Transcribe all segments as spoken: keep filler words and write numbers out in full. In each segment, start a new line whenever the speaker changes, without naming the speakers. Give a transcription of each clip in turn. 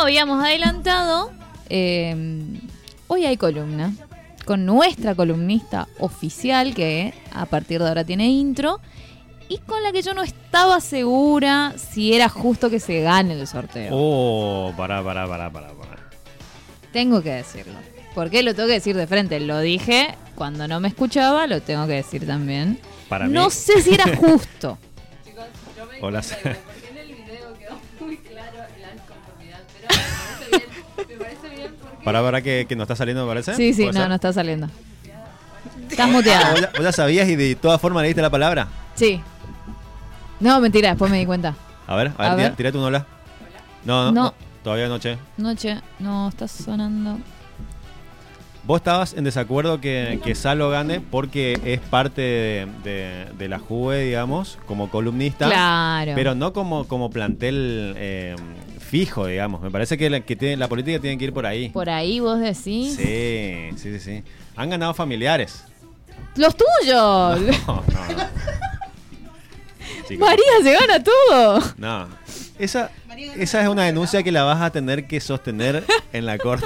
habíamos adelantado, eh, hoy hay columna con nuestra columnista oficial, que a partir de ahora tiene intro, y con la que yo no estaba segura si era justo que se gane el sorteo.
Oh, pará, pará, pará, pará, pará.
Tengo que decirlo. ¿Por qué lo tengo que decir de frente? Lo dije cuando no me escuchaba, lo tengo que decir también.
Para
no
mí...
sé si era justo.
Chicos, yo me
Hola.
porque en el video quedó muy claro la inconformidad, pero me parece bien, me parece bien porque...
Pará, pará, que, que no está saliendo, me parece.
Sí, sí, no,
¿Puede ser?
no está saliendo. Estás muteada.
¿Vos ya, vos ya sabías y de todas formas leíste la palabra?
Sí. No, mentira, después me di cuenta.
A ver, a ver,
A
tira,
ver.
tirate un hola. No, no,
No.
no, todavía no, che.
Noche, no, está sonando.
Vos estabas en desacuerdo que, que Salo gane porque es parte de, de, de la Juve, digamos, como columnista.
Claro.
Pero no como, como plantel eh, fijo, digamos. Me parece que, la, que tiene, la política tiene que ir por ahí.
Por ahí vos decís.
Sí, sí, sí, sí. Han ganado familiares.
¡Los tuyos!
No, no, no. Chicos,
María se gana todo.
no. Esa, esa es una denuncia que la vas a tener que sostener en la corte.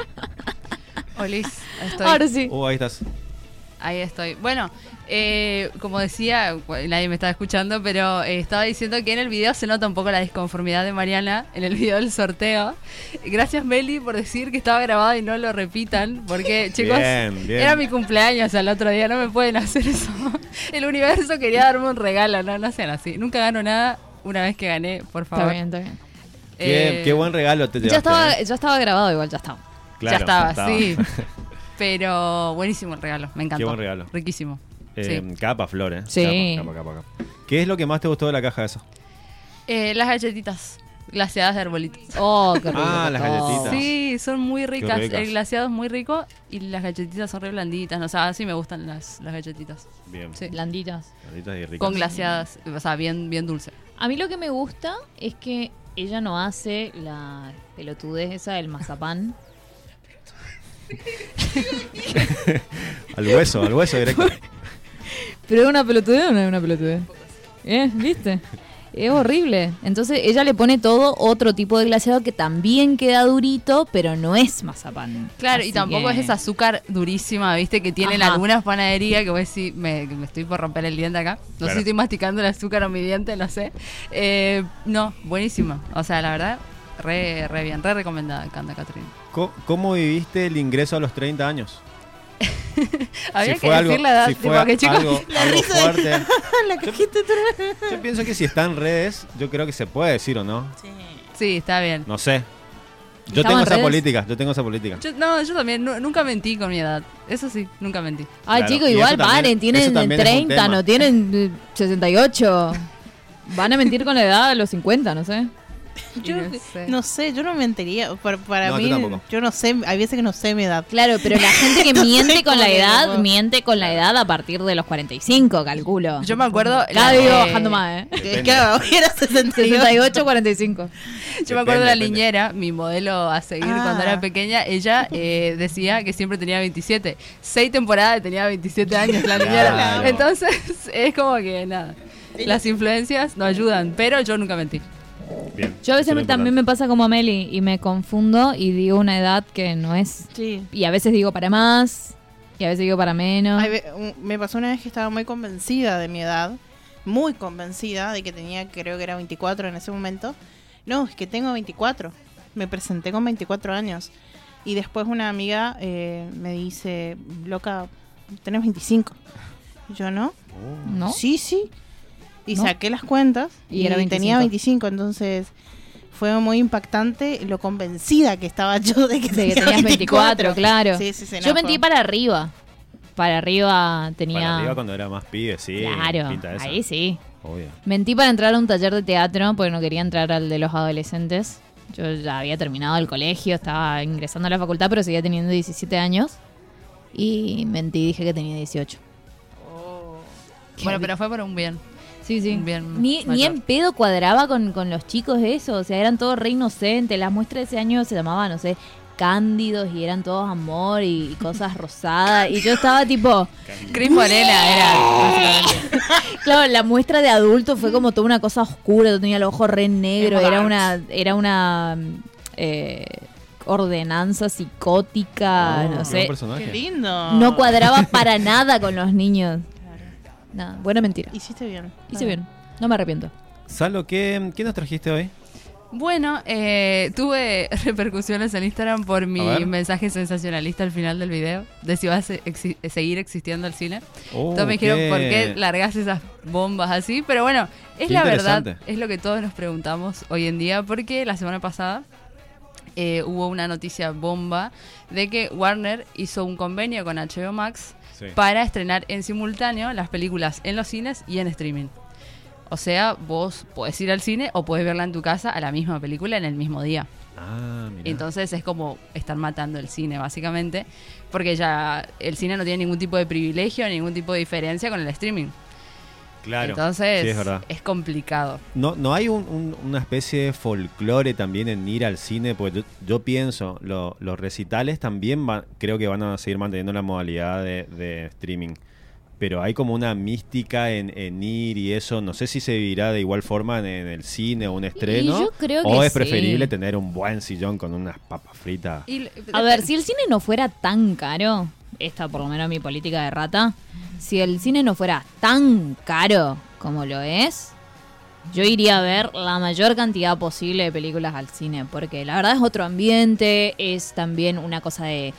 Olis, estoy.
Ahora sí.
Uh, ahí estás.
Ahí estoy. Bueno, eh, como decía, nadie me estaba escuchando, pero eh, estaba diciendo que en el video se nota un poco la disconformidad de Mariana en el video del sorteo. Gracias, Meli, por decir que estaba grabado y no lo repitan, porque, chicos,
Bien, bien.
era mi cumpleaños al otro día, no me pueden hacer eso. El universo quería darme un regalo, no, no sean así. Nunca gano nada una vez que gané, por favor.
Está bien, está bien.
Qué,
Eh,
qué buen regalo te llevaste.
Ya estaba,
¿eh?
ya estaba grabado igual, ya estaba.
Claro,
ya estaba, sí. Pero buenísimo el regalo, me encantó.
Qué buen regalo.
Riquísimo.
Eh,
Sí.
Capa, flor, ¿eh?
Sí.
Capa, capa, capa, capa. ¿Qué es lo que más te gustó de la caja esa?
Eh, las galletitas glaseadas de arbolitos.
Oh, qué rico.
Ah, las
todo.
galletitas.
Sí, son muy ricas.
ricas.
El glaseado es muy rico y las galletitas son re blanditas. No, o sea, así me gustan las, las galletitas.
Bien.
Sí.
Blanditas.
Blanditas y ricas.
Con glaseadas, o sea, bien, bien dulce.
A mí lo que me gusta es que ella no hace la pelotudez esa del mazapán.
Al hueso, al hueso directo.
¿Pero es una pelotudez o no es una pelotudez? ¿Eh? ¿Viste? Es horrible. Entonces ella le pone todo otro tipo de glaseado que también queda durito, pero no es mazapán.
Claro,
Así
y tampoco
que-
es esa azúcar durísima, viste, que tienen
Ajá.
algunas panaderías que voy a decir, me, me estoy por romper el diente acá. No sé
Claro.
si estoy masticando el azúcar o mi diente, no sé. Eh, no, buenísima. O sea, la verdad, re, re bien, re recomendada, Canta Catherine.
Co- ¿Cómo viviste el ingreso a los treinta años?
Había
Si
que
fue
decir
algo,
la edad,
si
tipo,
fue
que chicos,
algo, algo fuerte.
La cajita de...
Yo pienso que si está en redes, yo creo que se puede decir o no.
Sí.
sí, está bien.
No sé. Yo
¿Estamos
tengo
en
esa
redes?
política, yo tengo esa política.
Yo, no, yo también, nu- nunca mentí con mi edad. Eso sí, nunca mentí.
Ay,
Claro,
chicos,
y
igual
eso también-
paren,
eso
tienen
también es un
treinta,
tema.
no tienen eh, sesenta y ocho. Van a mentir con la edad de los cincuenta, no sé.
Yo
no sé.
no sé, yo no mentiría. Para, para
No, yo
mí,
tampoco.
yo no sé, hay veces que no sé mi edad.
Claro, pero la gente que
No sé
miente con
cómo
la
que
edad,
no.
miente con la edad a partir de los cuarenta y cinco, calculo.
Yo me acuerdo.
Cada
la-
día iba
eh,
bajando más, ¿eh?
Es que ahora era sesenta y
sesenta y
ocho.
ocho, cuarenta y cinco.
Yo me acuerdo de la
Depende, depende.
niñera, mi modelo a seguir
Ah.
cuando era pequeña. Ella eh, decía que siempre tenía veintisiete. Seis temporadas y tenía veintisiete años la niñera.
Claro.
Entonces, es como que nada. Las influencias nos ayudan, pero yo nunca mentí.
Bien.
Yo a veces
eso
me-
es lo
también me
importante.
pasa como a Meli y me confundo y digo una edad que no es.
Sí.
Y a veces digo para más y a veces digo para menos.
Ay, ve- un- me pasó una vez que estaba muy convencida de mi edad, muy convencida de que tenía, creo que era veinticuatro en ese momento. No, es que tengo veinticuatro. Me presenté con veinticuatro años. Y después una amiga eh, me dice, loca, tenés veinticinco. Y yo, ¿no?
Oh.
¿No?
Sí, sí. Y
¿No?
saqué las cuentas
Y
y,
era veinticinco.
tenía veinticinco, entonces fue muy impactante lo convencida que estaba yo de que,
De que
tenía
tenías veinticuatro, claro.
Sí, sí, sí,
Yo
no,
mentí
fue-
para arriba. Para arriba tenía.
Para arriba cuando era más pibe, sí.
Claro,
pinta esa.
ahí sí.
Obvio.
Mentí para entrar a un taller de teatro porque no quería entrar al de los adolescentes. Yo ya había terminado el colegio, estaba ingresando a la facultad, pero seguía teniendo diecisiete años. Y mentí, dije que tenía dieciocho. Qué
Bueno,
ri-
pero fue por un bien.
Sí, sí.
Bien
Ni, ni
mayor.
en pedo cuadraba con, con los chicos eso. O sea, eran todos re inocentes. Las muestras de ese año se llamaban, no sé, cándidos y eran todos amor y, y cosas rosadas. Y yo estaba tipo...
Cris Morena era, básicamente.
Claro, la muestra de adulto fue como toda una cosa oscura. Yo tenía el ojo re negro.
Emma
Era
Darks.
una... Era una eh, ordenanza psicótica,
Oh,
no
qué
sé.
buen personaje.
Qué lindo.
No cuadraba para nada con los niños.
Claro.
No, buena mentira.
Hiciste bien.
Hice bien. No me arrepiento.
Salo, ¿qué, ¿qué nos trajiste hoy?
Bueno, eh, tuve repercusiones en Instagram por mi
A ver.
mensaje sensacionalista al final del video, de si va a se- exi- seguir existiendo el cine.
Oh,
Todos me dijeron,
qué-
¿por qué largás esas bombas así? Pero bueno, es
Qué
la verdad,
interesante.
es lo que todos nos preguntamos hoy en día, porque la semana pasada eh, hubo una noticia bomba de que Warner hizo un convenio con H B O Max
Sí.
para estrenar en simultáneo las películas en los cines y en streaming. O sea, vos podés ir al cine o podés verla en tu casa a la misma película en el mismo día.
Ah, mira.
Entonces es como estar matando el cine, básicamente, porque ya el cine no tiene ningún tipo de privilegio, ningún tipo de diferencia con el streaming.
Claro.
Entonces
Sí, es verdad.
es complicado.
No, no hay un- un- una especie de folclore también en ir al cine, porque yo, yo pienso, lo- los recitales también van, creo que van a seguir manteniendo la modalidad de, de streaming. Pero hay como una mística en, en ir y eso, no sé si se vivirá de igual forma en, en el cine o un estreno.
yo creo
o
que
es preferible
sí.
tener un buen sillón con unas papas fritas.
Y-
A ver, si el cine no fuera tan caro, esta por lo menos mi política de rata, si el cine no fuera tan caro como lo es, yo iría a ver la mayor cantidad posible de películas al cine, porque la verdad es otro ambiente, es también una cosa de...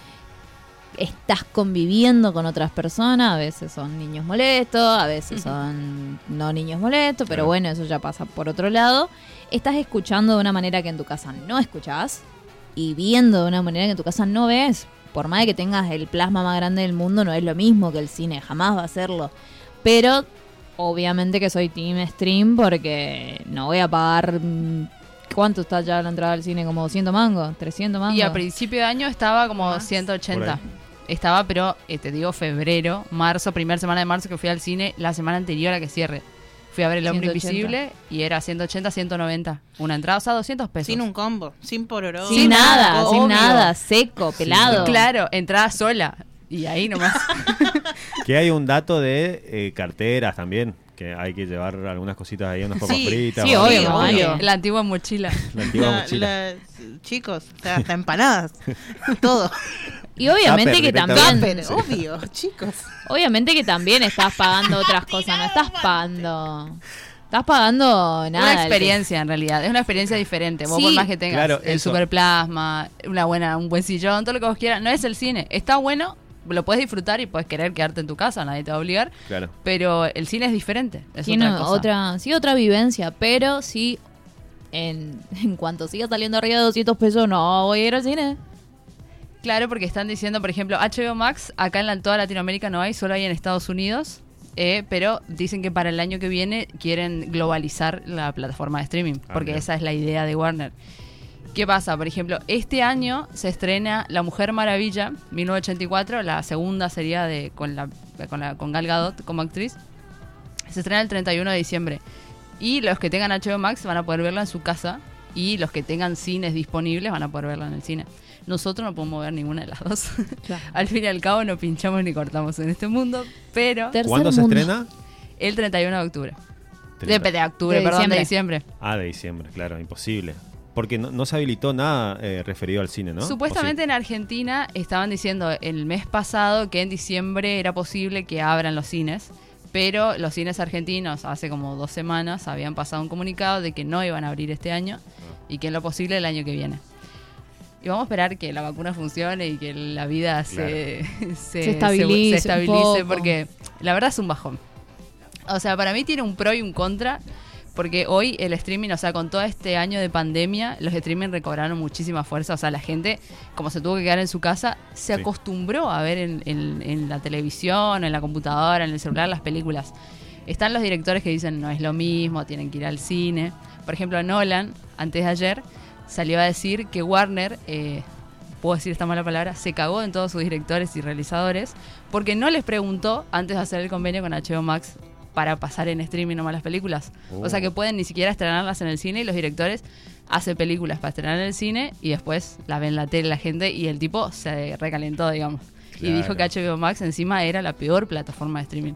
Estás conviviendo con otras personas, a veces son niños molestos, a veces son no niños molestos, pero
Claro.
bueno, eso ya pasa por otro lado. Estás escuchando de una manera que en tu casa no escuchás y viendo de una manera que en tu casa no ves. Por más de que tengas el plasma más grande del mundo, no es lo mismo que el cine, jamás va a serlo. Pero obviamente que soy team stream porque no voy a pagar... mm, ¿Cuánto está ya la entrada al cine? ¿Como doscientos mangos? ¿trescientos mangos?
Y a principio de año estaba como
Más.
ciento ochenta.
Por
Estaba, pero eh, te digo, febrero, marzo, primera semana de marzo que fui al cine, la semana anterior a que cierre. Fui a ver El Hombre
ciento ochenta.
Invisible y era ciento ochenta, ciento noventa. Una entrada, o sea, doscientos pesos.
Sin un combo, sin pororó.
Sin,
Sin
nada,
nada,
sin
obvio.
nada, seco, pelado.
Claro, entrada sola. Y ahí nomás.
Que hay un dato de eh, carteras también, que hay que llevar algunas cositas ahí, unas papas
Sí,
fritas.
sí,
o
obvio,
algo.
obvio.
La antigua mochila.
La antigua
La-
mochila.
la- chicos, o sea, hasta empanadas. Todo.
Y obviamente
Tupper,
que
directamente.
también,
Pero, obvio, chicos.
obviamente que también estás pagando otras cosas, no estás pagando, estás pagando nada.
Una experiencia en realidad, es una experiencia diferente. Vos
Sí,
por más que tengas
claro,
el
eso.
superplasma, una buena, un buen sillón, todo lo que vos quieras, no es el cine. Está bueno, lo puedes disfrutar y puedes querer quedarte en tu casa, nadie te va a obligar.
Claro.
Pero el cine es diferente. Es
Tiene
otra cosa.
otra, sí, otra vivencia, pero sí, en, en cuanto siga saliendo arriba de doscientos pesos, no voy a ir al cine.
Claro, porque están diciendo, por ejemplo, H B O Max, acá en la, toda Latinoamérica no hay, solo hay en Estados Unidos. eh, pero dicen que para el año que viene quieren globalizar la plataforma de streaming,
Ah,
porque
mira.
esa es la idea de Warner. ¿Qué pasa? Por ejemplo, este año se estrena La Mujer Maravilla, mil novecientos ochenta y cuatro, la segunda sería de con la con, la, con Gal Gadot como actriz. Se estrena el treinta y uno de diciembre. Y los que tengan H B O Max van a poder verla en su casa, y los que tengan cines disponibles van a poder verla en el cine. Nosotros no podemos ver ninguna de las dos.
Claro.
Al fin y al cabo no pinchamos ni cortamos en este mundo, pero
Tercer
¿Cuándo se
mundo.
estrena?
el treinta y uno de octubre. De,
treinta.
de octubre,
De
perdón, de
diciembre.
diciembre.
Ah, de diciembre, claro, imposible. Porque no, no se habilitó nada eh, referido al cine, ¿no?
Supuestamente
¿O
en Argentina estaban diciendo el mes pasado que en diciembre era posible que abran los cines, pero los cines argentinos hace como dos semanas habían pasado un comunicado de que no iban a abrir este año y que en lo posible el año que viene. Y vamos a esperar que la vacuna funcione y que la vida se, se,
Se estabilice
se
un
estabilice,
poco.
porque la verdad es un bajón. O sea, para mí tiene un pro y un contra, porque hoy el streaming, o sea, con todo este año de pandemia, los streaming recobraron muchísima fuerza. O sea, la gente, como se tuvo que quedar en su casa, se
Sí.
acostumbró a ver en, en- en la televisión, en la computadora, en el celular las películas. Están los directores que dicen no es lo mismo, tienen que ir al cine. Por ejemplo, Nolan, antes de ayer, salió a decir que Warner, eh, puedo decir esta mala palabra, se cagó en todos sus directores y realizadores porque no les preguntó antes de hacer el convenio con H B O Max para pasar en streaming nomás las películas.
Oh.
O sea que pueden ni siquiera estrenarlas en el cine y los directores hacen películas para estrenar en el cine y después las ven en la tele la gente y el tipo se recalentó, digamos. Y
Claro.
dijo que H B O Max encima era la peor plataforma de streaming.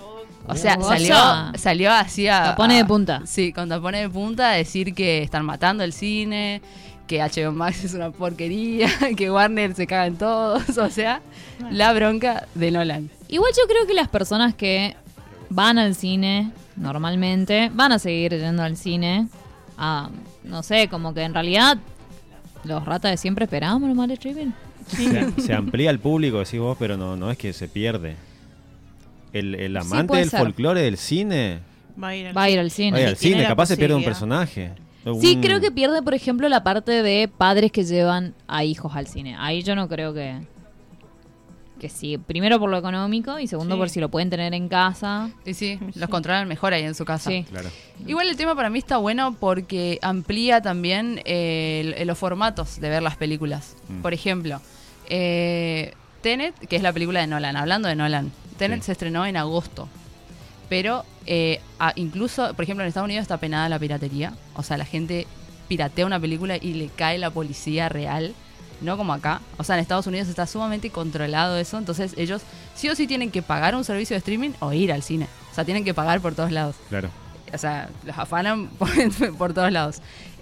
O sea,
Oh.
salió,
Cosa.
salió así a...
Tapones de
a-
punta.
Sí, con tapones de punta a decir que están matando el cine, que H B O Max es una porquería, que Warner se caga en todos, o sea, la bronca de Nolan.
Igual yo creo que las personas que van al cine normalmente van a seguir yendo al cine. Ah, no sé, como que en realidad los ratas de siempre esperábamos los mal streaming.
Se, se amplía el público, decís vos, pero no, no es que se pierde. El, el
Sí,
amante
puede
del
ser.
folclore del cine
Va a ir al
Va a ir al cine.
vaya al
Sí, tiene
cine,
la
capaz se pierde un
posibilidad.
personaje.
Sí,
Un-
creo que pierde, por ejemplo, la parte de padres que llevan a hijos al cine. Ahí yo no creo que... Que sí, primero por lo económico y segundo
Sí.
por si lo pueden tener en casa.
Y sí, los controlan mejor ahí en su casa.
Sí.
Claro.
Igual el tema para mí está bueno porque amplía también eh, el- los formatos de ver las películas.
Mm.
Por ejemplo, eh, Tenet, que es la película de Nolan, hablando de Nolan, Tenet
Sí.
se estrenó en agosto. Pero eh, a- incluso, por ejemplo, en Estados Unidos está penada la piratería. O sea, la gente piratea una película y le cae la policía real. No como acá. O sea, en Estados Unidos está sumamente controlado eso. Entonces ellos sí o sí tienen que pagar un servicio de streaming o ir al cine. O sea, tienen que pagar por todos lados.
Claro.
O sea, los afanan por, por todos lados.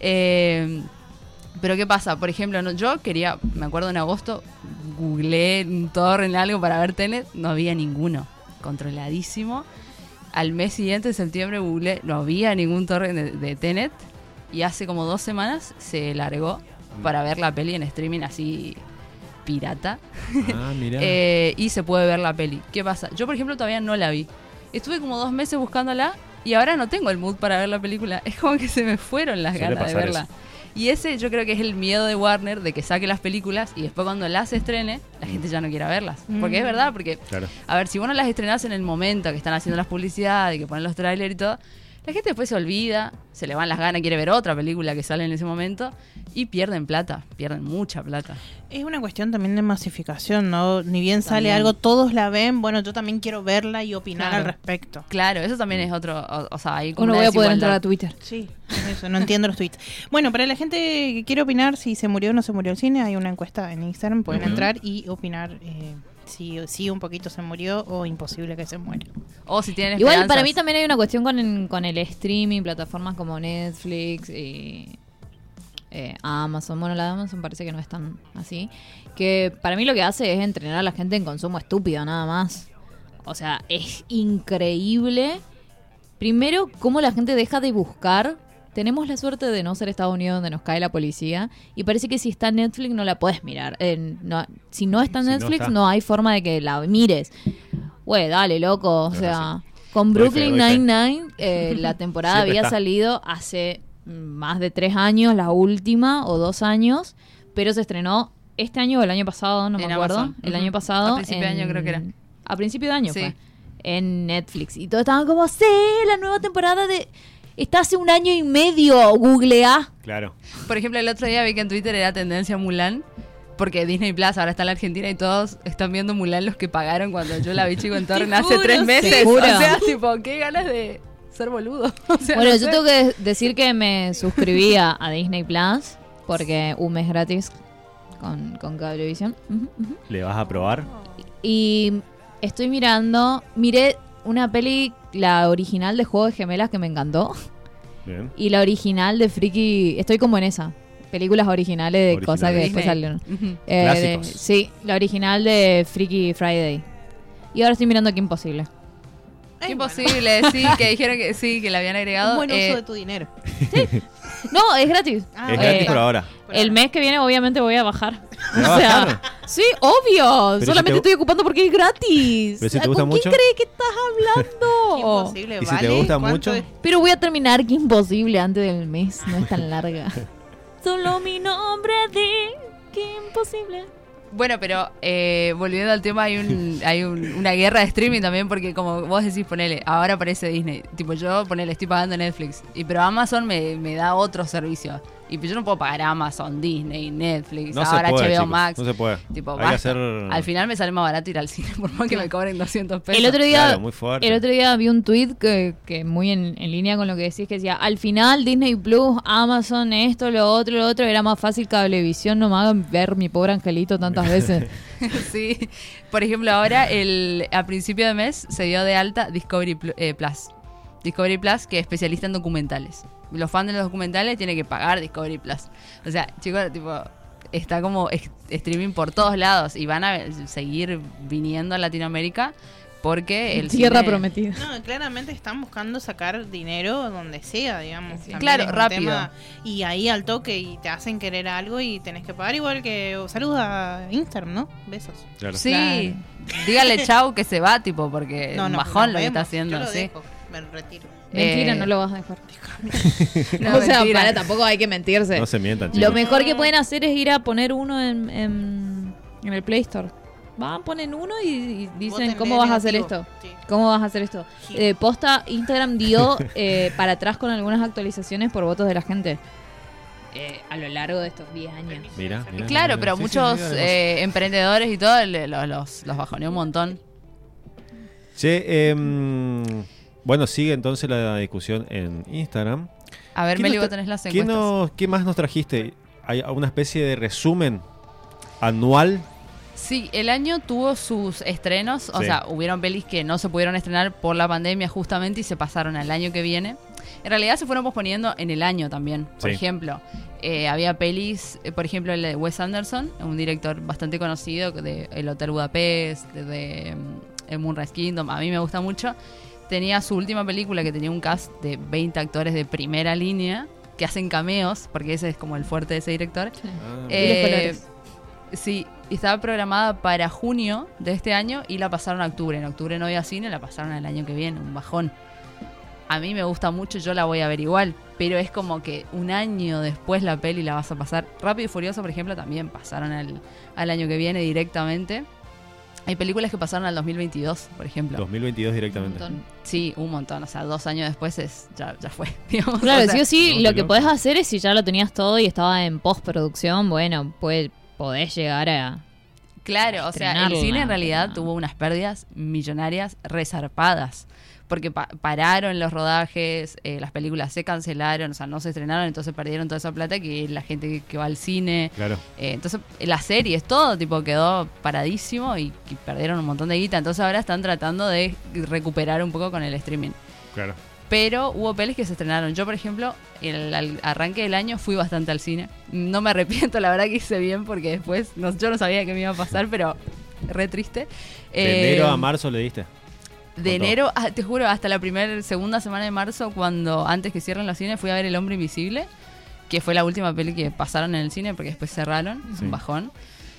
Eh, pero ¿qué pasa? Por ejemplo, no- yo quería, me acuerdo en agosto, googleé un torrent algo para ver Tenet, no había ninguno. Controladísimo. Al mes siguiente, en septiembre, googleé, no había ningún torrent de, de Tenet. Y hace como dos semanas se largó para ver la peli en streaming así pirata.
Ah, mirá.
Eh, y se puede ver la peli. ¿Qué pasa? Yo, por ejemplo, todavía no la vi. Estuve como dos meses buscándola y ahora no tengo el mood para ver la película. Es como que se me fueron las
Suele
ganas de
pasar
verla.
eso.
Y ese yo creo que es el miedo de Warner de que saque las películas y después cuando las estrene, la gente ya no quiera verlas. Porque es verdad, porque,
Claro.
a ver, si vos no las estrenás en el momento que están haciendo las publicidades, que ponen los trailers y todo, la gente después se olvida, se le van las ganas, quiere ver otra película que sale en ese momento y pierden plata, pierden mucha plata.
Es una cuestión también de masificación, ¿no? Ni bien sale
También.
algo, todos la ven, bueno, yo también quiero verla y opinar
Claro.
al respecto.
Claro, eso también es otro, o, o sea, hay como
Uno
una
voy a poder
desigualdad.
entrar a Twitter.
Sí, eso, no entiendo los tweets. Bueno, para la gente que quiere opinar si se murió o no se murió el cine, hay una encuesta en Instagram, pueden
Ujú.
entrar y opinar eh, si, si un poquito se murió o imposible que se muera.
O si tienen
Igual
esperanzas.
para mí también hay una cuestión con el, con el streaming, plataformas como Netflix y eh, Amazon. Bueno, la de Amazon parece que no es tan así. Que para mí lo que hace es entrenar a la gente en consumo estúpido, nada más. O sea, es increíble. Primero, cómo la gente deja de buscar. Tenemos la suerte de no ser Estados Unidos donde nos cae la policía. Y parece que si está en Netflix no la puedes mirar. Eh, no- si no está en
Si no
Netflix
está.
no, hay forma de que la mires. Güey, dale, loco. O
Tenés
sea,
razón.
con
Doy fe,
Brooklyn
doy fe.
Nine-Nine eh, la temporada
Siempre
había
está.
salido hace más de tres años, la última, o dos años. Pero se estrenó este año o el año pasado, no me
En
acuerdo.
Amazon.
El
Ujú.
año pasado.
A principio de año creo que era.
A principio de año
Sí.
fue. En Netflix. Y todos estaban como, sí, la nueva temporada de... Está hace un año y medio, googleá.
Claro.
Por ejemplo, el otro día vi que en Twitter era tendencia Mulan, porque Disney Plus ahora está en la Argentina y todos están viendo Mulan los que pagaron cuando yo la vi chico en Torrent
Te
hace
juro,
tres
te
meses.
juro.
O sea, tipo, qué ganas de ser boludo. O sea,
Bueno,
no
yo
sé.
tengo que decir que me suscribí a, a Disney Plus porque un mes gratis con, con Cablevisión. Ujú, ujú.
¿Le vas a probar?
Y estoy mirando, miré una peli, la original de Juego de Gemelas que me encantó.
Bien.
Y la original de Freaky, estoy como en esa. Películas originales de
Originales.
cosas que después
Disney.
salieron.
Ujú.
Eh, de-
Clásicos.
sí, la original de Freaky Friday. Y ahora estoy mirando aquí Imposible.
Qué
Ay,
imposible, sí, que dijeron que sí, que le habían
bueno,
agregado.
un buen
Eh,
uso de tu dinero.
No, es gratis.
Ah,
es
eh,
gratis por ahora.
El mes que viene obviamente voy a bajar.
¿Le vas a
O sea,
bajar?
sí, obvio.
si
Solamente
te-
estoy ocupando porque es gratis.
Pero si te
¿Con
gusta
quién
mucho?
crees que estás hablando?
Imposible,
¿Y si te
¿vale?
gusta
¿Cuánto
mucho?
es?
Pero voy a terminar que Imposible antes del mes. No es tan larga. Solo mi nombre di que Imposible.
Bueno, pero eh, volviendo al tema, hay un hay un- una guerra de streaming también, porque como vos decís, ponele, ahora aparece Disney. Tipo, yo ponele, estoy pagando Netflix. Y pero Amazon me, me da otro servicio. Y yo no puedo pagar Amazon, Disney, Netflix,
No se
ahora
puede,
H B O
chicos,
Max.
no se puede.
Tipo,
Hay que
basta.
hacer-
Al final me sale más barato ir al cine, por más que me cobren doscientos pesos.
El otro día,
Claro, muy fuerte.
el otro día vi un tweet que, que muy en, en línea con lo que decís, que decía, al final Disney Plus, Amazon, esto, lo otro, lo otro, era más fácil Cablevisión, no me hagan ver mi pobre angelito tantas veces.
Sí. Por ejemplo, ahora, el a principio de mes, se dio de alta Discovery Pl- eh, Plus. Discovery Plus, que es especialista en documentales. los fans de los documentales tienen que pagar Discovery Plus. O sea, chicos, tipo, está como es- streaming por todos lados y van a seguir viniendo a Latinoamérica porque el
Tierra
cine-
prometida.
No, claramente están buscando sacar dinero donde sea, digamos.
Sí.
También
Claro,
es un
rápido.
tema, y ahí al toque y te hacen querer algo y tenés que pagar igual que... Saludos a Instagram, ¿no? Besos.
Claro.
Sí, dígale chau que se va, tipo, porque
No,
un
no,
bajón
nos
lo que está
vemos.
haciendo,
Yo lo
sí.
dejo, me retiro.
Mentira,
Eh,
no lo vas a dejar.
No,
o sea,
mentira.
para, tampoco hay que mentirse.
No se mientan,
Lo
chicos.
mejor que pueden hacer es ir a poner uno en, en, en el Play Store. Van, ponen uno y, y dicen,
Voten
¿cómo vas a hacer
negativo.
esto?
Sí.
¿Cómo vas a hacer esto?
Sí.
Eh, posta, Instagram dio eh, para atrás con algunas actualizaciones por votos de la gente. Eh, a lo largo de estos diez años.
Mira, mira,
Claro,
mira,
pero
sí, sí,
muchos
sí, además.
eh, emprendedores y todo le- los, los, los bajoneó un montón.
Che, em, bueno, sigue entonces la discusión en Instagram.
A ver,
¿Qué
Meli,
nos
vos
tra-
tenés las
¿Qué,
encuestas.
nos- ¿Qué más nos trajiste? ¿Hay una especie de resumen anual?
Sí, el año tuvo sus estrenos, o
Sí.
sea, hubieron pelis que no se pudieron estrenar por la pandemia justamente y se pasaron al año que viene. En realidad se fueron posponiendo en el año también. Por
Sí.
ejemplo, eh, había pelis, eh, por ejemplo, el de Wes Anderson, un director bastante conocido de El Hotel Budapest, de, de, mm, el Moonrise Kingdom, a mí me gusta mucho. Tenía su última película que tenía un cast de veinte actores de primera línea que hacen cameos, porque ese es como el fuerte de ese director.
Ah,
Y los
Eh,
colores.
Sí, estaba programada para junio de este año y la pasaron a octubre. En octubre no había cine, la pasaron al año que viene, un bajón. A mí me gusta mucho, yo la voy a ver igual, pero es como que un año después la peli la vas a pasar. Rápido y Furioso, por ejemplo, también pasaron al, al año que viene directamente. Hay películas que pasaron al dos mil veintidós, por ejemplo.
dos mil veintidós directamente.
Un montón.
Sí, un montón, o sea, dos años después es ya, ya fue, digamos.
Claro,
O sea,
sí o sí,
no,
lo
qué
que
loco.
podés hacer es si ya lo tenías todo y estaba en postproducción, bueno, pues podés llegar a...
Claro, o sea, el
estrenarla,
cine en realidad
pero-
tuvo unas pérdidas millonarias resarpadas. Porque pa- pararon los rodajes, eh, las películas se cancelaron, o sea, no se estrenaron, entonces perdieron toda esa plata que la gente que, que va al cine.
Claro.
Eh, entonces, las series, todo tipo quedó paradísimo y, y perdieron un montón de guita. Entonces ahora están tratando de recuperar un poco con el streaming.
Claro.
Pero hubo pelis que se estrenaron. Yo, por ejemplo, el, al arranque del año fui bastante al cine. No me arrepiento, la verdad que hice bien porque después no, yo no sabía qué me iba a pasar, pero re triste.
De
Eh,
enero a marzo le diste.
De
con
enero, ah, te juro, hasta la primera, segunda semana de marzo, cuando antes que cierren los cines, fui a ver El Hombre Invisible, que fue la última peli que pasaron en el cine porque después cerraron, es
Sí.
un bajón.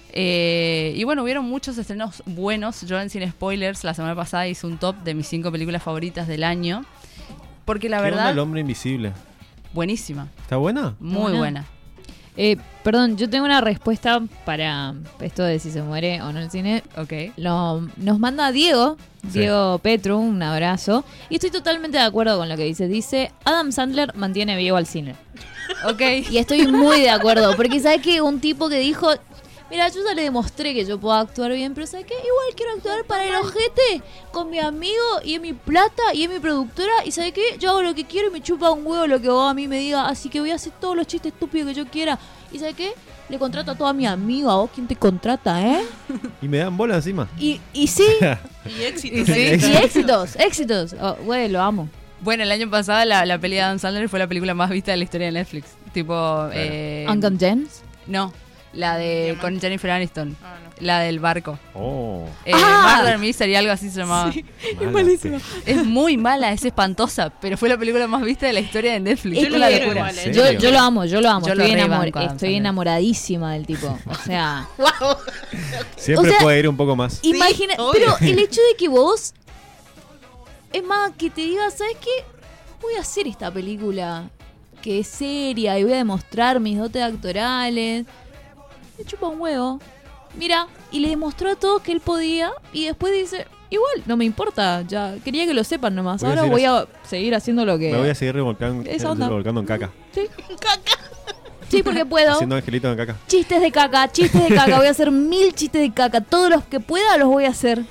Eh, y bueno, hubieron muchos estrenos buenos. Yo en Cine Spoilers la semana pasada hice un top de mis cinco películas favoritas del año. Porque la
¿Qué onda
verdad,
El Hombre Invisible?
buenísima,
¿Está buena?
muy
Buena.
buena.
Eh, perdón, yo tengo una respuesta para esto de si se muere o no el cine.
Ok.
Lo, nos manda Diego,
Sí.
Diego Petru, un abrazo. Y estoy totalmente de acuerdo con lo que dice. Dice, Adam Sandler mantiene vivo al cine.
Ok.
Y estoy muy de acuerdo, porque ¿sabes qué? Un tipo que dijo, mira, yo ya le demostré que yo puedo actuar bien, pero ¿sabes qué? Igual quiero actuar para el ojete, con mi amigo, y es mi plata, y es mi productora, y ¿sabes qué? Yo hago lo que quiero y me chupa un huevo lo que vos a mí me diga, así que voy a hacer todos los chistes estúpidos que yo quiera. ¿Y ¿sabes qué? Le contrato a todo a mi amigo, a vos quién te contrata, ¿eh?
Y me dan bola encima.
Y, y sí,
Y éxito.
Y sí.
y éxitos, éxitos. Oh, güey, lo amo.
Bueno, el año pasado la, la peli de Adam Sandler fue la película más vista de la historia de Netflix. Tipo, eh,
Uncle James.
no, la de
Diamante.
con Jennifer Aniston,
Ah, no.
la del barco.
Oh.
Eh,
Ah.
Murder Mystery, algo así se llamaba.
mala.
malísima.
Es muy mala, es espantosa, pero fue la película más vista de la historia de Netflix.
Es
Es
que-
una
quiero
locura.
igual, ¿eh?
¿En
Yo,
serio?
yo lo amo, yo lo amo.
Yo lo
estoy, enamor-
rebanco a Adam
estoy
Sandler.
enamoradísima del tipo. O sea,
Siempre
O sea,
puede ir un poco más.
imagina.
obvio.
Pero el hecho de que vos. Es más, que te digas, ¿sabes qué? Voy a hacer esta película que es seria y voy a demostrar mis dotes actorales. Me chupa un huevo. Mira, y le demostró a todos que él podía. Y después dice, igual, no me importa. Ya quería que lo sepan nomás.
Voy a
Ahora
seguir
voy a seguir haciendo lo que.
Me voy a seguir revolcando,
Esa onda.
revolcando en caca.
Sí. Sí, porque puedo.
Haciendo angelitos en caca.
Chistes de caca, chistes de caca. Voy a hacer mil chistes de caca. Todos los que pueda los voy a hacer.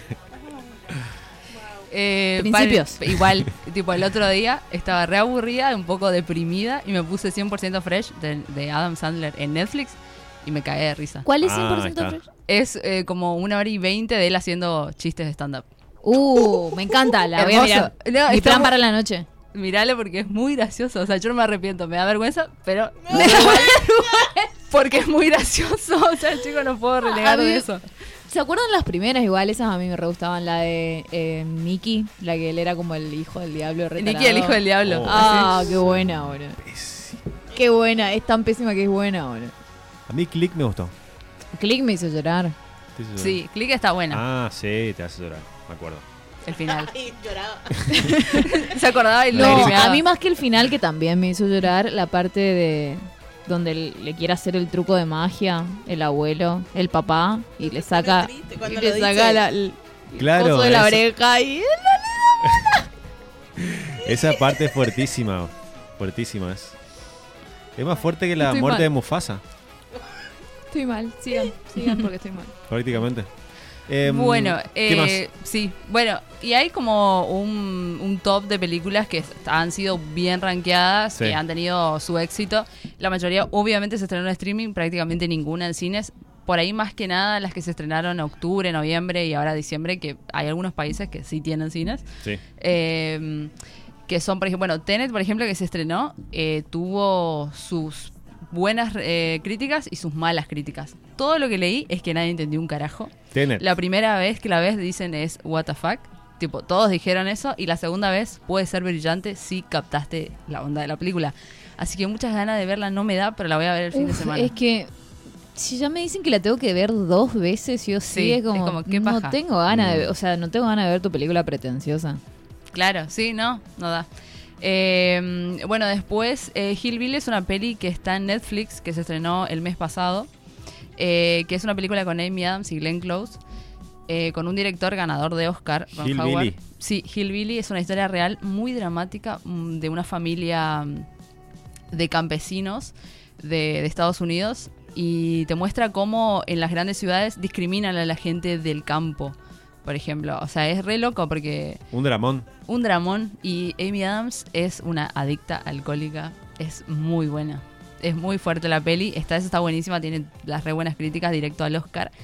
Eh,
Principios.
pa- igual, tipo el otro día estaba re aburrida, un poco deprimida y me puse cien por ciento fresh de, de Adam Sandler en Netflix y me cagué de risa.
¿Cuál es
Ah,
cien por ciento
ahí está.
fresh?
Es eh, como una hora y veinte de él haciendo chistes de stand-up.
Uh, me encanta. La voy a
Hermoso.
mirar.
No,
Mi
está
plan
mu-
para la noche.
Miralo porque es muy gracioso. O sea, yo no me arrepiento, me da vergüenza, pero me da igual porque es muy gracioso. O sea, chicos, no puedo renegar
A mí-
de eso.
¿Se acuerdan las primeras? Igual esas a mí me re gustaban. La de eh, Nicky, la que él era como el hijo del diablo. re
Nicky,
tarado.
el hijo del diablo.
Oh.
Ah, qué buena, boludo. Qué buena, es tan pésima que es buena, boludo.
A mí Click me gustó.
Click me hizo llorar.
¿Te hizo llorar?
Sí, Click está buena,
Ah, sí, te hace llorar, me acuerdo.
el final.
Ay, lloraba.
Se acordaba y lo
No,
lagrimeaba.
a mí más que el final, que también me hizo llorar, la parte de donde le quiere hacer el truco de magia, el abuelo, el papá, y le saca,
triste
y
cuando
le
lo
saca
dice.
la, el
Claro,
coso de la
eso-
oreja y...
Esa parte es fuertísima, fuertísima es. Es más fuerte que la
Estoy
muerte
mal.
de Mufasa,
Estoy mal, sigan, sigan porque estoy mal.
prácticamente. Em,
Bueno,
¿qué más?
eh, sí, bueno, y hay como un, un top de películas que han sido bien rankeadas,
Sí.
que han tenido su éxito. La mayoría obviamente se estrenó en streaming, prácticamente ninguna en cines. Por ahí más que nada las que se estrenaron en octubre, noviembre y ahora diciembre, que hay algunos países que sí tienen cines.
Sí.
Eh, que son, por ejemplo, bueno, Tenet, por ejemplo, que se estrenó, eh, tuvo sus buenas eh, críticas y sus malas críticas. Todo lo que leí es que nadie entendió un carajo.
Tenet.
La primera vez que la ves dicen es what the fuck. Tipo, todos dijeron eso. Y la segunda vez puede ser brillante si captaste la onda de la película. Así que muchas ganas de verla no me da, pero la voy a ver el fin de
Uf,
semana.
es que si ya me dicen que la tengo que ver dos veces, sí o sí,
Sí,
es como,
es como, ¿qué
no
paja?
tengo ganas de,
Mm.
o sea, no tengo ganas de ver tu película pretenciosa.
Claro, sí, no, no da. Eh, bueno, después eh, Hillbilly es una peli que está en Netflix, que se estrenó el mes pasado, eh, que es una película con Amy Adams y Glenn Close, eh, con un director ganador de Oscar, Ron
Hillbilly.
Howard. Sí, Hillbilly es una historia real muy dramática mm, de una familia mm, de campesinos de, de Estados Unidos, y te muestra cómo en las grandes ciudades discriminan a la gente del campo, por ejemplo. O sea, es re loco porque
Un dramón.
un dramón, y Amy Adams es una adicta alcohólica. Es muy buena. Es muy fuerte la peli. Esta vez está buenísima, tiene las re buenas críticas, directo al Oscar.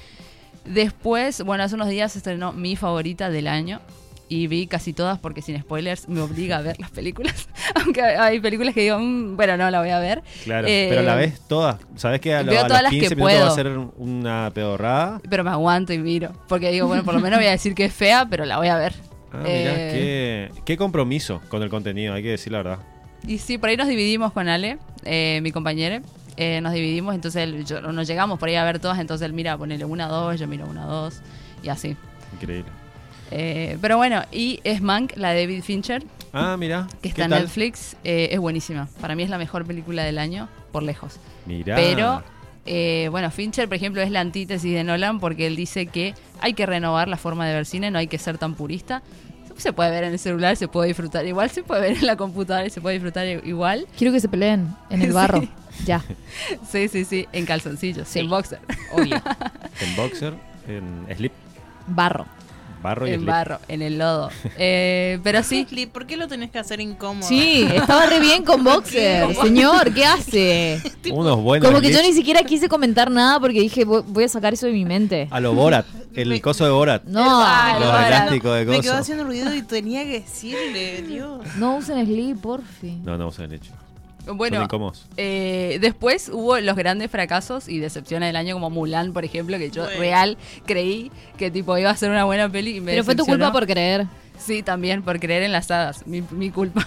Después, bueno, hace unos días se estrenó mi favorita del año. Y vi casi todas porque sin spoilers me obliga a ver las películas. Aunque hay películas que digo, "Mm, bueno, no, la voy a ver".
Claro,
Eh,
pero la ves todas. ¿Sabes que a, lo-
veo
a
todas
los
las que
quince minutos va a
puedo.
ser una pedorrada?
Pero me aguanto y miro. Porque digo, bueno, por lo menos voy a decir que es fea, pero la voy a ver.
Ah, mirá,
Eh,
qué, qué compromiso con el contenido, hay que decir la verdad.
Y sí, por ahí nos dividimos con Ale, eh, mi compañero. Eh, nos dividimos, entonces él- yo, nos llegamos por ahí a ver todas. Entonces él mira, ponele una, dos, yo miro una, dos. Y así.
Increíble.
Eh, pero bueno, y es Mank, la de David Fincher,
Ah, mira.
que
¿qué
está en
tal?
Netflix. Eh, es buenísima. Para mí es la mejor película del año, por lejos.
Mirá.
Pero, eh, bueno, Fincher, por ejemplo, es la antítesis de Nolan porque él dice que hay que renovar la forma de ver cine, no hay que ser tan purista. Se puede ver en el celular, se puede disfrutar igual, se puede ver en la computadora y se puede disfrutar igual.
Quiero que se peleen en el barro, ya.
Sí, sí, sí, en calzoncillos,
Sí.
en boxer,
Obvio.
En boxer, en slip,
Barro.
barro y
en
slip.
barro, en el lodo. Eh, pero sí,
Slip, ¿por qué lo tenés que hacer incómodo?
Sí, estaba re bien con boxer. Señor, ¿qué hace?
Unos buenos
Como que yo
slips.
ni siquiera quise comentar nada porque dije, "Voy- voy a sacar eso de mi mente.
A lo Borat, el
Me-
coso de Borat.
No,
Ah,
Los
Borat.
elásticos de
Me quedó
coso.
haciendo ruido y tenía que decirle, Dios.
no usen slip, porfi.
No, no usan hecho. Son
bueno,
incómodos.
eh, después hubo los grandes fracasos y decepciones del año como Mulan, por ejemplo, que yo
Bueno.
real creí que tipo iba a ser una buena peli y me
Pero fue tu
decepcionó.
culpa por creer.
Sí, también, por creer en las hadas, mi, mi culpa.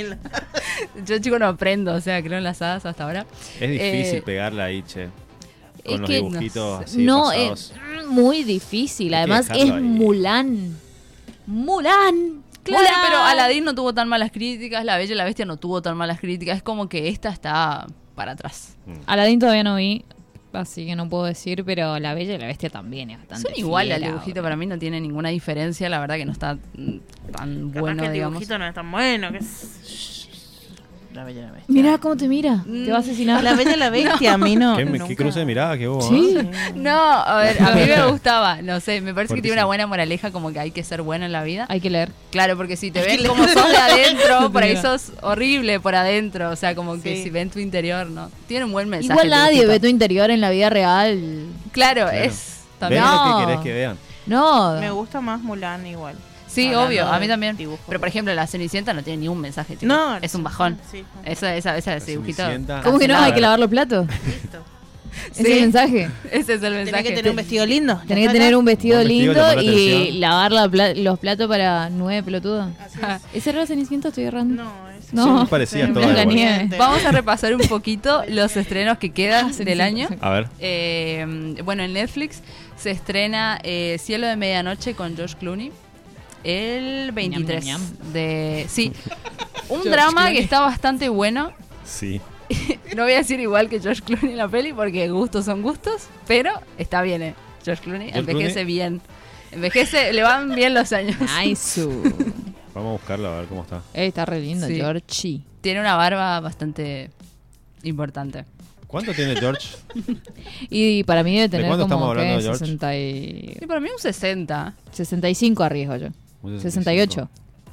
Yo, chico, no aprendo, o sea, creo en las hadas hasta ahora.
Es difícil
Eh,
pegarla ahí, che. Con
es
los
que
dibujitos
no
así
no,
pasados.
es muy difícil.
Hay que
Además, es
dejarlo ahí.
Mulan. Mulan.
Claro,
Mulan.
pero Aladdin no tuvo tan malas críticas, La Bella y la Bestia no tuvo tan malas críticas, es como que esta está para atrás.
Aladdin todavía no vi, así que no puedo decir, pero La Bella y la Bestia también es bastante
Son igual al
fiera,
dibujito,
boludo.
para mí no tiene ninguna diferencia, la verdad que no está mm, tan
Capaz
bueno,
que el
digamos.
dibujito no es tan bueno. Que es... La Bella y la Bestia.
Mirá cómo te mira.
Mm.
Te va a asesinar.
La Bella y la Bestia, a mí no.
¿Qué,
nunca.
qué cruce de mirada que hubo?
Sí.
¿eh?
No, a ver, a mí me gustaba, no sé, me parece que tiene una
Fuertísimo.
buena moraleja, como que hay que ser bueno en la vida.
Hay que leer.
Claro, porque si te
Hay
ven
que
como
leer.
sos de adentro, por ahí
Mira.
sos horrible por adentro, o sea, como que
Sí.
si ven tu interior, ¿no? Tiene un buen mensaje.
Igual
el
nadie
dibujito.
ve tu interior en la vida real.
Claro,
Claro.
es también.
Ven
No.
lo que querés que vean.
No.
Me gusta más Mulan igual.
Sí,
Hablando
obvio, a
de
mí también.
dibujos.
Pero por ejemplo, la Cenicienta no tiene ni un mensaje, chicos.
No,
es un bajón.
Sí.
Esa, esa, esa, ese dibujito.
Cenicienta.
¿Cómo que no?
cancelado.
Hay que lavar los platos.
Listo.
Ese es el mensaje.
Ese es el
Tenés
mensaje.
que tener un vestido lindo.
Tenés que tener un vestido
Buen vestido,
lindo
llamar la
y
atención.
lavar la pla- los platos para nueve pelotudos.
Así
Ah.
es.
¿Ese era la Cenicienta? Estoy errando.
No, es
No.
Son muy parecidas
Sí,
todas.
Blanca
igual.
Nieve.
Vamos a repasar un poquito los estrenos que quedan
Ah,
del
Cenicienta,
año.
Cenicienta.
A ver.
Eh, bueno, en Netflix se estrena eh, Cielo de Medianoche con George Clooney el veintitrés
Ñam, ñam,
de... Sí, un
George
drama
Clooney.
que está bastante bueno.
Sí.
No voy a decir igual que George Clooney en la peli porque gustos son gustos, pero está bien, eh. George Clooney
George
envejece
Clooney.
bien. Envejece, le van bien los años.
Nice.
Vamos a buscarlo a ver cómo está.
Eh, está re lindo,
Sí.
Georgie.
Tiene una barba bastante importante.
¿Cuánto tiene George?
Y para mí debe tener
cuándo
como
estamos hablando
¿qué?
de George?
sesenta y...
Sí, para mí un sesenta.
sesenta y cinco arriesgo yo.
Un
sesenta y ocho.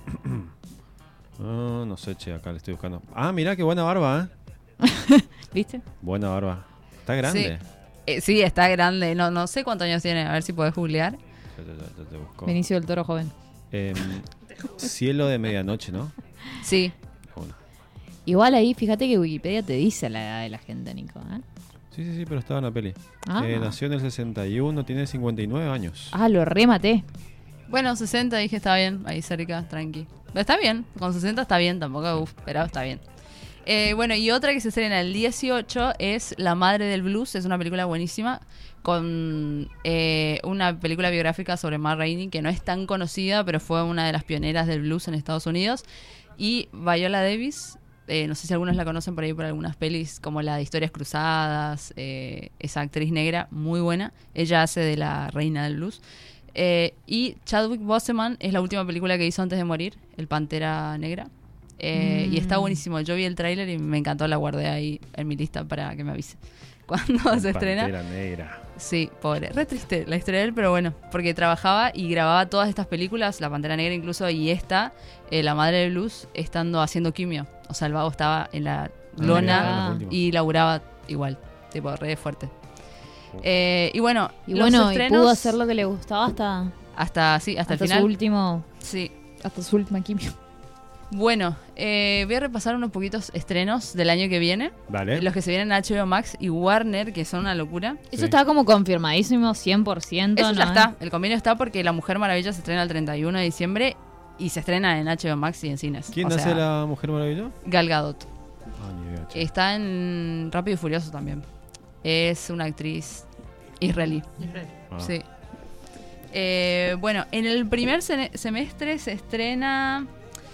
Ah, no sé, che, acá le estoy buscando. Ah, mirá qué buena barba, ¿eh?
¿Viste?
Buena barba. Está grande.
Eh, sí, está grande. No, no sé cuántos años tiene. A ver si podés googlear.
Ya, ya, ya, ya te busco.
Benicio del Toro joven.
Em, Cielo de medianoche, ¿no?
Sí.
Bueno.
Igual ahí, fíjate que Wikipedia te dice la edad de la gente, Nico. ¿eh?
Sí, sí, sí, pero estaba en la peli.
Ah.
Eh, nació en el sesenta y uno, tiene cincuenta y nueve años.
Ah, lo rematé.
Bueno, sesenta dije está bien. Ahí cerca, tranqui. Pero está bien. Con sesenta está bien. Tampoco, uff, pero está bien. Eh, bueno, y otra que se estrena el dieciocho es La Madre del Blues. Es una película buenísima con eh, una película biográfica sobre Ma Rainey que no es tan conocida, pero fue una de las pioneras del blues en Estados Unidos. Y Viola Davis, eh, no sé si algunos la conocen por ahí por algunas pelis como la de Historias Cruzadas, eh, esa actriz negra muy buena. Ella hace de la reina del blues. Eh, y Chadwick Boseman es la última película que hizo antes de morir, El Pantera Negra. Eh,
Mm.
Y está buenísimo. Yo vi el tráiler y me encantó, la guardé ahí en mi lista para que me avise cuando se estrena.
Pantera negra.
Sí, pobre. Re triste la historia de él, pero bueno, porque trabajaba y grababa todas estas películas, La Pantera Negra incluso, y esta, eh, La Madre del Blues, estando haciendo quimio. O sea, el vago estaba en la
Ah,
lona
mirá, los últimos.
y laburaba igual, tipo, re fuerte. Eh, y bueno,
Y
los
bueno, y
estrenos,
pudo hacer lo que le gustaba hasta,
hasta, sí, hasta,
hasta,
el
su
final.
último,
Sí.
hasta su última quimio.
Bueno, eh, voy a repasar unos poquitos estrenos del año que viene.
Dale.
Los que se vienen a H B O Max y Warner, que son una locura.
Eso
Sí.
está como confirmadísimo, cien por ciento.
Eso
¿no?
ya está. El convenio está porque La Mujer Maravilla se estrena el treinta y uno de diciembre y se estrena en H B O Max y en cines.
¿Quién
O
hace
sea,
la Mujer Maravilla?
Gal Gadot.
Ah, ni idea, che.
Está en Rápido y Furioso también. Es una actriz israelí.
Ah.
Sí. Eh, bueno, en el primer sene- semestre se estrena...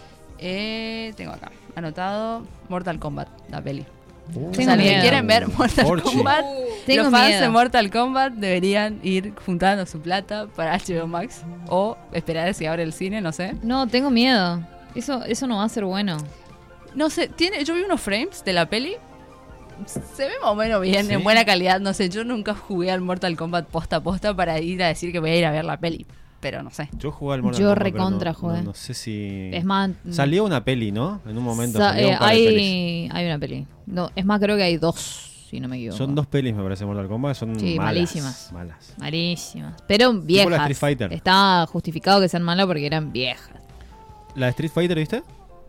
eh, tengo acá anotado Mortal Kombat, la peli.
Uh,
O
Tengo
sea, los que
miedo.
quieren ver Mortal
Forchi.
Kombat,
Tengo
los fans
miedo.
de Mortal Kombat deberían ir juntando su plata para H B O Max o esperar a si abre el cine, no sé.
No, tengo miedo. Eso, eso no va a ser bueno.
No sé, tiene, yo vi unos frames de la peli. Se ve más o menos bien,
Sí.
en buena calidad. No sé, yo nunca jugué al Mortal Kombat posta a posta para ir a decir que voy a ir a ver la peli. Pero no sé.
Yo jugué al Mortal
Yo
Kombat, pero
recontra
no,
jugué.
No, no sé si...
Es más...
Salió una peli, ¿no? En un momento.
sa-
salió
eh,
un par de pelis.
hay, hay una peli. No, es más, creo que hay dos, si no me equivoco.
Son dos pelis, me parece, Mortal Kombat. Son
Sí,
malas.
malísimas.
Malas.
Malísimas. Pero viejas.
la Street Fighter.
Está justificado que sean malas porque eran viejas.
¿La de Street Fighter, viste?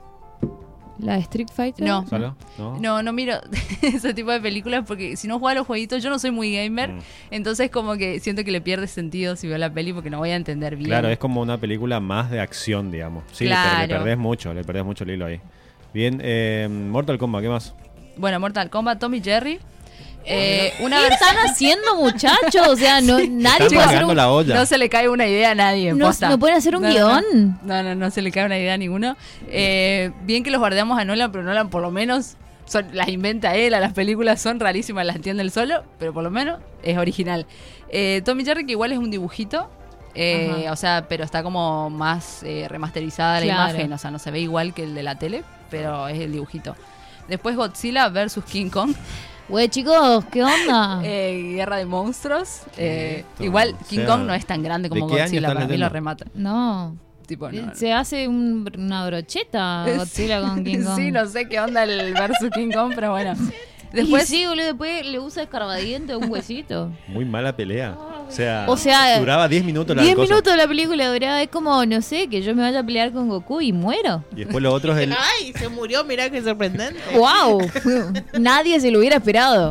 ¿La de Street Fighter?
No.
¿Salió? No.
No, no miro ese tipo de películas porque si no juego a los jueguitos, yo no soy muy gamer.
Mm.
Entonces como que siento que le pierde sentido si veo la peli porque no voy a entender bien.
Claro, es como una película más de acción, digamos. Sí, le,
Claro.
per- le perdés mucho, le perdés mucho el hilo ahí. Bien, eh, Mortal Kombat, ¿qué más?
Bueno, Mortal Kombat, Tom y Jerry. Eh, una
¿Qué
versión...
están haciendo, muchachos? O sea, no, nadie
Están
puede hacer
manejando
un...
la olla.
No se le cae una idea a nadie.
No,
posta.
no pueden hacer un
No, no,
guión.
No, no, no se le cae una idea a ninguno. Eh, bien que los guardamos a Nolan, pero Nolan por lo menos son, las inventa él. A las películas son rarísimas, las entiende él solo, pero por lo menos es original. Eh, Tom y Jerry, que igual es un dibujito. eh,
Ajá.
o sea, pero está como más eh, remasterizada la
Claro.
imagen. O sea, no se ve igual que el de la tele, pero es el dibujito. Después Godzilla versus King Kong.
Güey, chicos, ¿qué onda?
Eh, Guerra de monstruos. Eh,
Esto,
igual
o
King
sea,
Kong no es tan grande como
¿de qué año
Godzilla,
estás
para mí
leyendo?
lo remata.
No.
Tipo, no, no.
Se hace un- una brocheta Godzilla con King Kong.
Sí, no sé qué onda el versus King Kong, pero bueno.
Después
Después,
sí, boludo, después le usa escarbadiente un huesito.
Muy mala pelea. O sea,
O sea,
duraba diez minutos la
diez
cosa.
minutos de la película duraba, es como, no sé, que yo me vaya a pelear con Goku y muero.
Y después lo otro es el...
Ay, se murió, mirá qué sorprendente.
¡Wow! Nadie se lo hubiera esperado.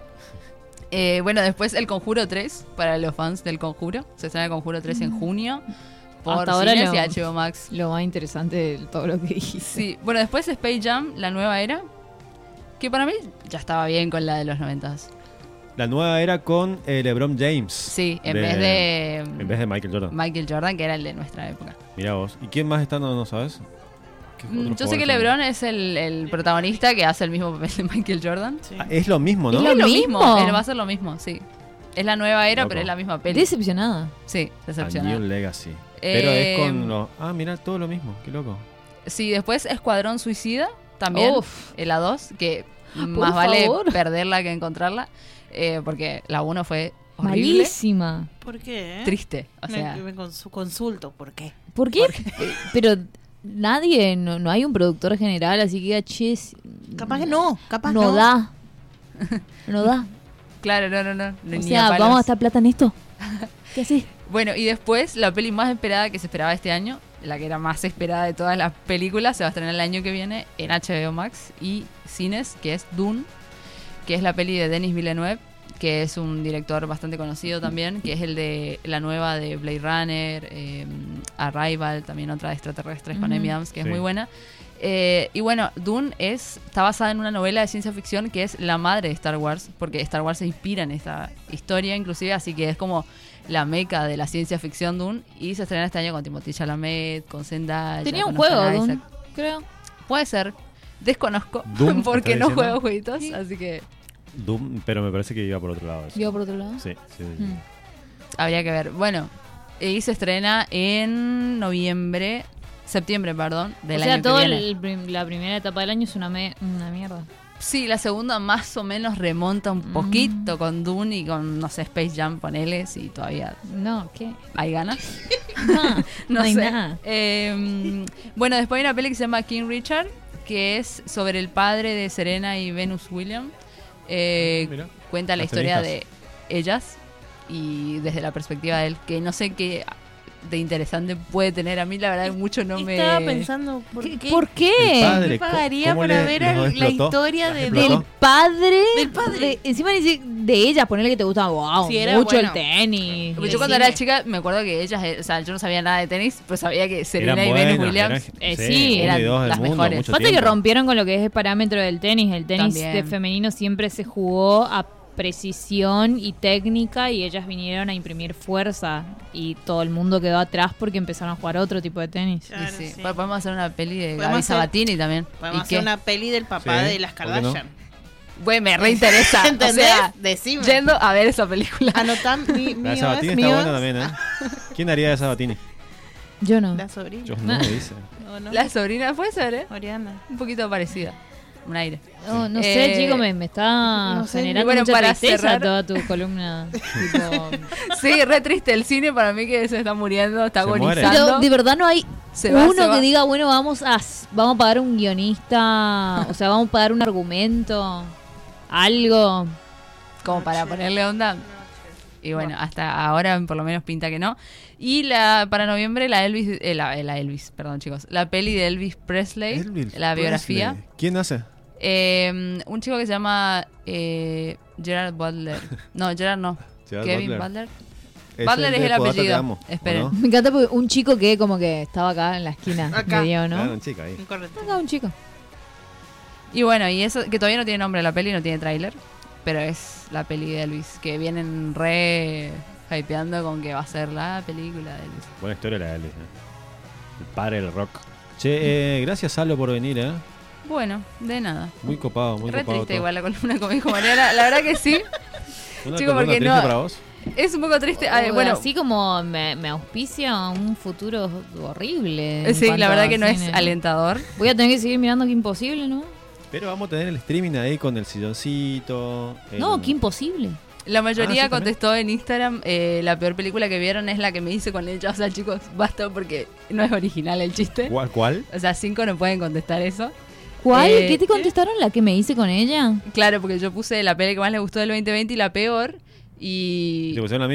Eh, bueno, después el Conjuro tres, para los fans del Conjuro. Se estrena el Conjuro tres en junio. Por
Hasta ahora
Cines
no.
y H B O Max.
Lo más interesante de todo lo que dijiste.
Sí, bueno, después Space Jam, la nueva era. Que para mí ya estaba bien con la de los noventas.
La nueva era con eh, LeBron James.
Sí, en
De-
vez de.
En vez de Michael Jordan.
Michael Jordan, que era el de nuestra época.
Mirá vos. ¿Y quién más está? No, no sabes. ¿Qué
Mm,
otros
Yo sé que
jugadores
LeBron es el, el protagonista que hace el mismo papel de Michael Jordan.
Sí.
están? Ah, es lo mismo, ¿no?
Es
Es lo
mismo?
mismo, él va a ser lo mismo, sí. Es la nueva era,
Loco.
pero es la misma peli.
Decepcionada.
Sí,
A
decepcionante.
New Legacy. Pero
Eh,
es con los... Ah, mirá, todo lo mismo. Qué loco.
Sí, después Escuadrón Suicida, también.
Uf.
En la dos, que
Por
más vale
favor.
perderla que encontrarla. eh, porque la uno fue horrible,
Malísima.
¿Por qué? eh?
triste. O
Me-
sea,
me cons- consulto, ¿por qué?
¿Por qué? Eh, Pero nadie, no, no hay un productor general, así que diga, che, s-
Capaz que no, capaz
no
no.
da. No da.
claro, no, no, no.
O
ni
sea,
a palos.
¿vamos a gastar plata en esto? ¿Qué haces?
Bueno, y después la peli más esperada que se esperaba este año, la que era más esperada de todas las películas, se va a estrenar el año que viene en H B O Max y Cines, que es Dune, que es la peli de Denis Villeneuve, que es un director bastante conocido también, que es el de la nueva de Blade Runner, eh, Arrival, también otra de extraterrestres con
Ujú.
Amy Adams, que
Sí.
es muy buena. Eh, y bueno, Dune es, está basada en una novela de ciencia ficción que es la madre de Star Wars, porque Star Wars se inspira en esta historia inclusive, así que es como la meca de la ciencia ficción Dune, y se estrena este año con Timothée Chalamet, con Zendaya.
Tenía un
con Oscar
juego,
Isaac.
Dune, creo.
Puede ser, desconozco,
Doom,
porque
¿estás
no
diciendo?
juego jueguitos, así que
Doom, pero me parece que iba por otro lado. eso.
¿Yo por otro lado?
Sí, sí. sí.
Mm.
habría que ver. Bueno, y se estrena en noviembre, septiembre, perdón, del
o sea,
año
toda
que viene.
la primera etapa del año es una, me- una mierda.
Sí, la segunda más o menos remonta un
Mm.
poquito con Dune y con, no sé, Space Jam, ponele, si todavía
No, ¿qué?
hay ganas.
No,
No,
no hay
sé.
nada.
Eh, bueno, después hay una peli que se llama King Richard, que es sobre el padre de Serena y Venus Williams. Eh,
Ah, mira.
cuenta la
Las
historia
tenijas.
de ellas y desde la perspectiva de él, que no sé qué de interesante puede tener. A mí la verdad mucho no me...
Estaba pensando, ¿por
¿Qué-
qué?
¿Por
El
qué?
padre,
¿Qué pagaría
¿cómo
para
le-
ver
los
el- la
explotó?
historia
¿Las
de-
explotó?
Del padre.
Del padre.
de- encima dice de ella, ponerle que te gusta, wow,
Sí, era
mucho
bueno.
el tenis.
Porque
el
yo cuando
cine.
era chica me acuerdo que ellas, eh, o sea, yo no sabía nada de tenis, pero sabía que Serena
Eran
y Venus
buenas,
Williams...
eran-
eh, sí,
uno
eran
y dos del
las
mundo,
mejores.
mucho
Pasa que
tiempo.
rompieron con lo que es el parámetro del tenis. El tenis
También.
de femenino siempre se jugó a precisión y técnica y ellas vinieron a imprimir fuerza y todo el mundo quedó atrás porque empezaron a jugar otro tipo de tenis.
Sí,
Claro,
sí.
sí.
Po- Podemos hacer una peli de
Podemos
Gaby
hacer-
Sabatini también.
Podemos
¿Y
hacer
qué?
una peli del papá
Sí,
de las
¿por qué no?
Kardashian.
Güey, me reinteresa. o
¿Entendés?
sea,
Decime.
yendo a ver esa película.
Anotar mi,
La de
míos,
Sabatini está
míos.
buena también, ¿eh? ¿Quién haría de Sabatini?
Yo no.
La sobrina.
Yo no, me dice.
¿O no?
La sobrina puede ser, ¿eh?
Oriana.
Un poquito parecida. Un aire.
No, no
Eh,
sé, chico, me, me está
no sé.
generando
Y bueno,
mucha
para
tristeza
cerrar-
toda tu columna. tipo,
Sí, re triste el cine para mí que se está muriendo, está
Se muere.
agonizando.
pero de verdad no hay
Se va,
uno
se va.
que diga, bueno, vamos a vamos a pagar un guionista, o sea, vamos a pagar un argumento, algo.
Como para
Noche.
ponerle onda. Y bueno, hasta ahora por lo menos pinta que no. Y la para noviembre la Elvis, eh, la, eh, la Elvis, perdón chicos, la peli de Elvis Presley,
Elvis
la biografía.
Presley. ¿Quién hace?
Eh, un chico que se llama eh, Gerard Butler. No, Gerard no.
Gerard
Kevin
Butler.
Butler.
Es
Butler es
de
el
Podata Te
apellido.
Amo, ¿o
Esperen.
no?
Me encanta porque un chico que como que estaba acá en la esquina,
Acá.
me dio, ¿no?
Claro, un chico ahí.
Incorrecto.
Acá un chico.
Y bueno, y eso que todavía no tiene nombre la peli, no tiene tráiler, pero es la peli de Elvis, que vienen re hypeando con que va a ser la película de Elvis.
Buena historia la de Elvis, ¿eh? El padre del rock. Che, eh, gracias Salo por venir, ¿eh?
Bueno, de nada.
Muy copado, muy
Re
copado.
triste
todo.
igual la columna como dijo Mariana. La verdad que sí.
¿Una
chico,
columna
porque
triste
no-
para vos?
Es un poco triste. Ah,
O
bueno,
así como me, me auspicia un futuro horrible. en
sí,
cuanto
la verdad
a
que no es
cine.
alentador.
Voy a tener que seguir mirando que imposible, ¿no?
Pero vamos a tener el streaming ahí con el silloncito. el-
No, que imposible.
La mayoría
Ah, sí, también.
contestó en Instagram, eh, la peor película que vieron es la que me hice con ella. O sea, chicos, basta porque no es original el chiste.
¿Cuál? ¿Cuál?
O sea, cinco no pueden contestar eso.
¿Cuál?
Eh,
¿Qué te contestaron? ¿La que me hice con ella?
Claro, porque yo puse la peli que más le gustó del veinte veinte y la peor. Y
¿Te pusieron la misma?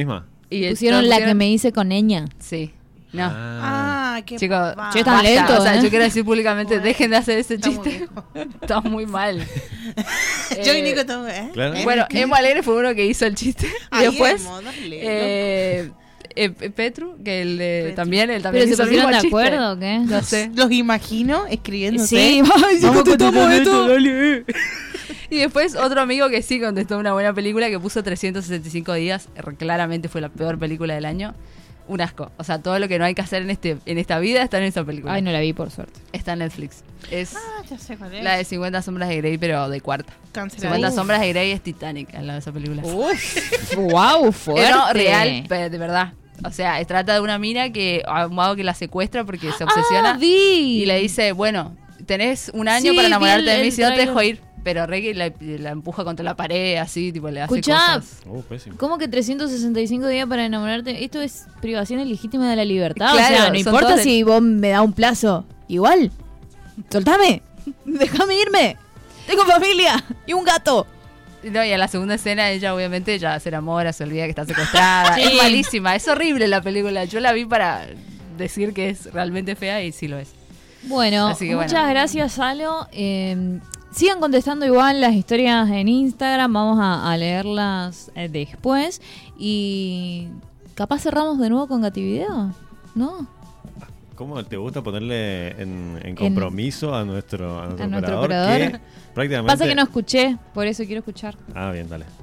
Y
Pusieron
todos
la que me hice con Eña.
Sí. No.
Ah.
Ah, qué
Chicos,
papá.
Che, tan
basta,
lento,
o sea,
¿eh?
yo quiero decir públicamente,
Bueno,
dejen de hacer ese
está muy
chiste.
viejo.
Estamos muy mal.
Yo y
Eh,
Nico estamos, ¿eh?
Claro.
¿Eh?
Bueno,
¿Qué?
Emo Alegre fue uno que hizo el chiste. Y
Ay,
después,
Emo, dale,
eh, eh, Petru, que el de-
Petru.
también, él también
¿Pero se
hizo el mismo
pusieron de
chiste.
acuerdo o qué?
No sé.
Los imagino escribiéndose.
Sí, ay, sí, contestamos esto.
Y después otro amigo que sí contestó una buena película que puso trescientos sesenta y cinco días. Claramente fue la peor película del año. Un asco. O sea, todo lo que no hay que hacer en este en esta vida está en esa película.
Ay, no la vi por suerte.
Está en Netflix. Es
Ah, ya sé cuál es.
la de cincuenta sombras de Grey, pero de cuarta.
Cancelada.
cincuenta
Uf.
sombras de Grey es Titanic al lado de esa película.
Uf, wow, fuerte.
Eh, no, real, pe- de verdad. O sea, es- trata de una mina que a un mago que la secuestra porque se obsesiona
Ah, vi.
y le dice, bueno, tenés un año
Sí,
para
vi
enamorarte
el-
de mí
el
si no te
trailer.
dejo ir. Pero Reggie la, la empuja contra la pared, así, tipo, le hace
Escuchá.
cosas.
Oh, pésimo.
¿Cómo que trescientos sesenta y cinco días para enamorarte? Esto es privación ilegítima de la libertad.
Claro,
o sea, no
son
importa
todos-
si vos me das un plazo. Igual. Soltame. Déjame irme. Tengo familia y un gato.
No, y a la segunda escena ella obviamente ya se enamora, se olvida que está secuestrada.
Sí.
Es malísima, es horrible la película. Yo la vi para decir que es realmente fea y sí lo es.
Bueno,
Así que
muchas
bueno.
gracias, Salo. Eh, sigan contestando igual las historias en Instagram. Vamos a, a leerlas eh, después. Y capaz cerramos de nuevo con Gativideo, ¿no?
¿Cómo te gusta ponerle en, en compromiso a nuestro, a nuestro,
a nuestro
operador?
operador.
Que prácticamente...
Pasa que no escuché, por eso quiero escuchar.
Ah, bien, dale.